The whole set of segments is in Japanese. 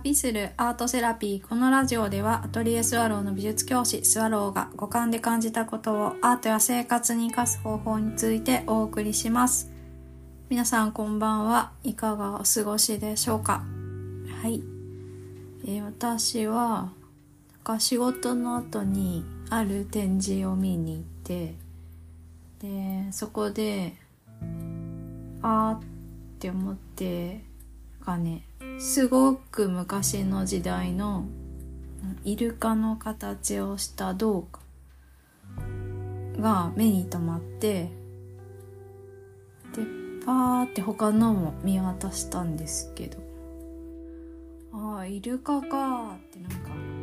旅するアートセラピー。このラジオではアトリエスワローの美術教師スワローが五感で感じたことをアートや生活に生かす方法についてお送りします。皆さんこんばんは。いかがお過ごしでしょうか。はい、私は仕事の後にある展示を見に行って、でそこでって思ってすごく昔の時代のイルカの形をした銅画が目に留まって、でパーって他のも見渡したんですけど、イルカかーって思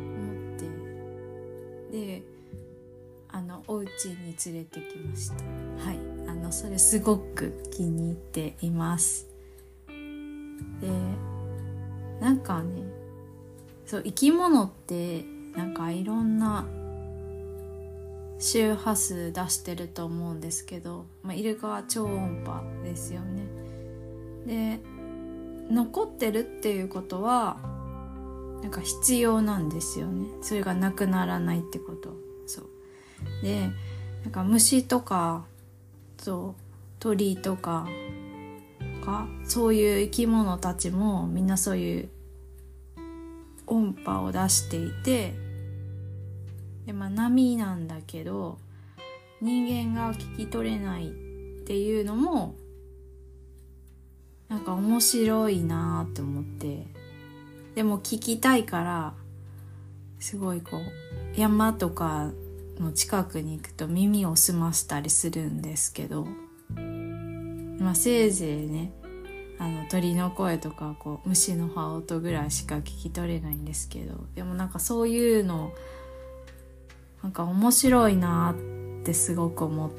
って、でお家に連れてきました。はい、それすごく気に入っています。でそう生き物っていろんな周波数出してると思うんですけど、イルカは超音波ですよね。で残ってるっていうことは必要なんですよね。それがなくならないってこと。そうで虫とか鳥とかそういう生き物たちもみんなそういう音波を出していて、で波なんだけど人間が聞き取れないっていうのも面白いなって思って、でも聞きたいからすごい山とかの近くに行くと耳を澄ましたりするんですけど、せいぜいね鳥の声とか虫の羽音ぐらいしか聞き取れないんですけど、でもそういうの面白いなってすごく思って、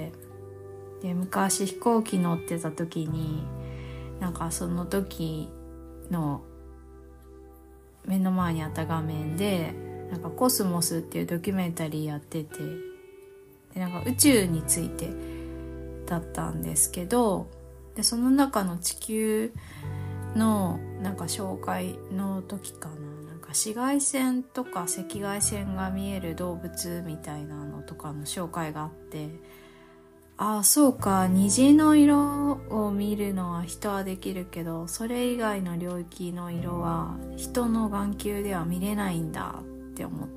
で昔飛行機乗ってた時にその時の目の前にあった画面でコスモスっていうドキュメンタリーやってて、で宇宙についてだったんですけど、でその中の地球の紹介の時かな、紫外線とか赤外線が見える動物みたいなのとかの紹介があって、そうか、虹の色を見るのは人はできるけどそれ以外の領域の色は人の眼球では見れないんだって思って、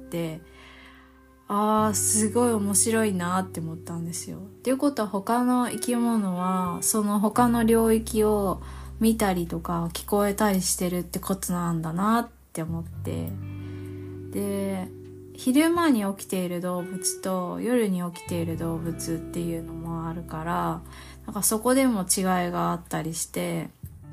すごい面白いなって思ったんですよ。っていうことは他の生き物はその他の領域を見たりとか聞こえたりしてるってことなんだなって思って、で昼間に起きている動物と夜に起きている動物っていうのもあるから、そこでも違いがあったりして、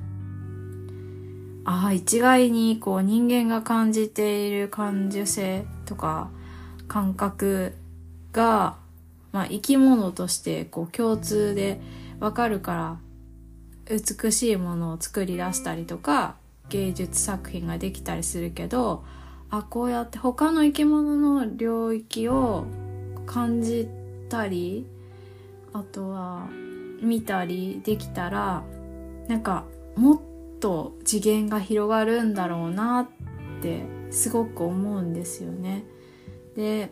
一概に人間が感じている感受性とか感覚が、生き物として共通でわかるから美しいものを作り出したりとか芸術作品ができたりするけど、こうやって他の生き物の領域を感じたり、あとは見たりできたらもっと次元が広がるんだろうなってすごく思うんですよね。で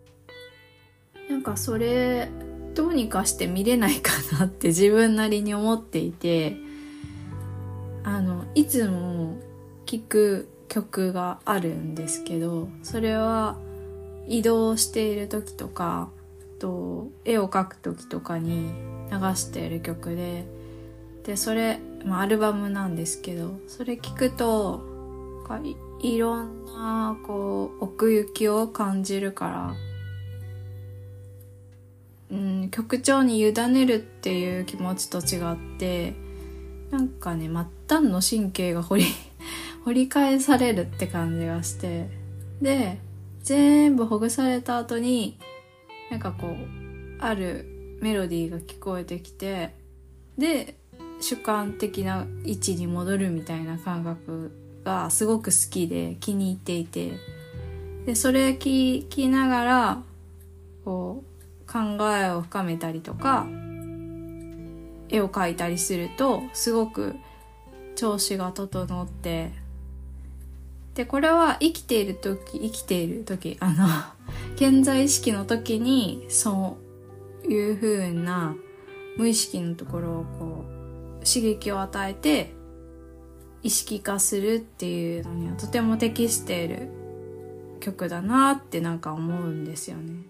それどうにかして見れないかなって自分なりに思っていて、いつも聴く曲があるんですけど、それは移動している時とか絵を描く時とかに流している曲でそれ、アルバムなんですけど、それ聞くといろんな奥行きを感じるから、曲調に委ねるっていう気持ちと違って末端の神経が掘り返されるって感じがして、で全部ほぐされた後にあるメロディーが聞こえてきて、で主観的な位置に戻るみたいな感覚がすごく好きで気に入っていて、でそれ聞きながら考えを深めたりとか絵を描いたりするとすごく調子が整って、 で、これは生きている時、健在意識の時に、そういう風な無意識のところをこう、刺激を与えて、意識化するっていうのにはとても適している曲だなってなんか思うんですよね。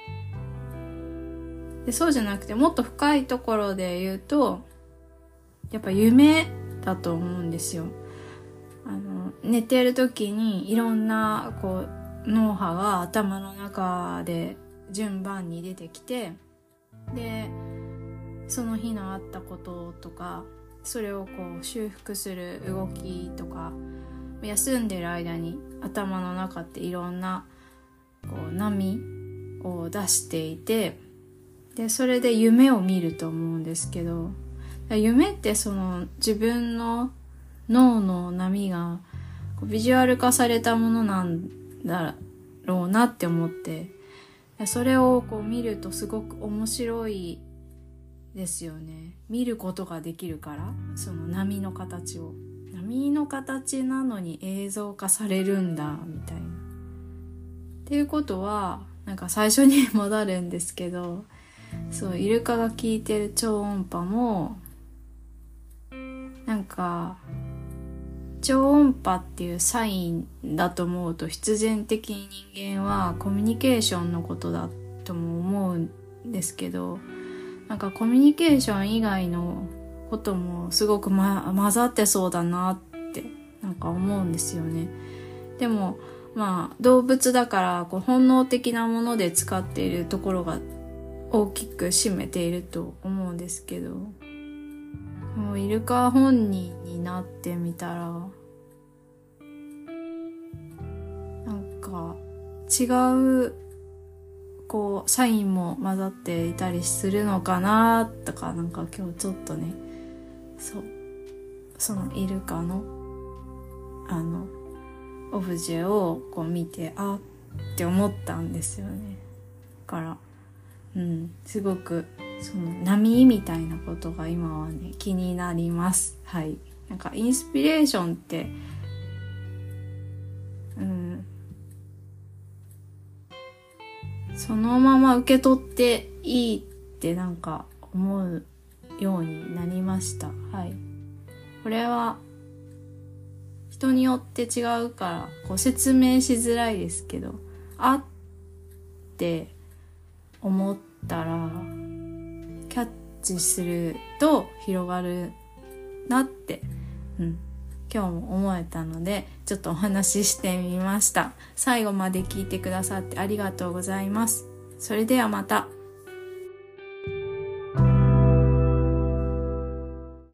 で、そうじゃなくてもっと深いところで言うと、やっぱ夢だと思うんですよ。寝てる時にいろんなこう脳波が頭の中で順番に出てきて、でその日のあったこととか、それをこう修復する動きとか、休んでる間に頭の中っていろんなこう波を出していて、でそれで夢を見ると思うんですけど、夢ってその自分の脳の波がビジュアル化されたものなんだろうなって思って、それをこう見るとすごく面白いですよね。見ることができるから、その波の形なのに映像化されるんだみたいな。っていうことはなんか最初に戻るんですけど、そうイルカが聞いてる超音波もなんか超音波っていうサインだと思うと、必然的に人間はコミュニケーションのことだとも思うんですけど、なんかコミュニケーション以外のこともすごく、混ざってそうだなってなんか思うんですよね。でも動物だからこう本能的なもので使っているところが大きく占めていると思うんですけど、もうイルカ本人になってみたらなんか違うこうサインも混ざっていたりするのかなとか、なんか今日ちょっとね、そのイルカのオブジェをこう見てって思ったんですよね。だからすごくその波みたいなことが今はね気になります。はい。なんかインスピレーションってそのまま受け取っていいってなんか思うようになりました。はい。これは人によって違うからこう説明しづらいですけど、って思ったらキャッチすると広がるなって、今日も思えたのでちょっとお話ししてみました。最後まで聞いてくださってありがとうございます。それではまた。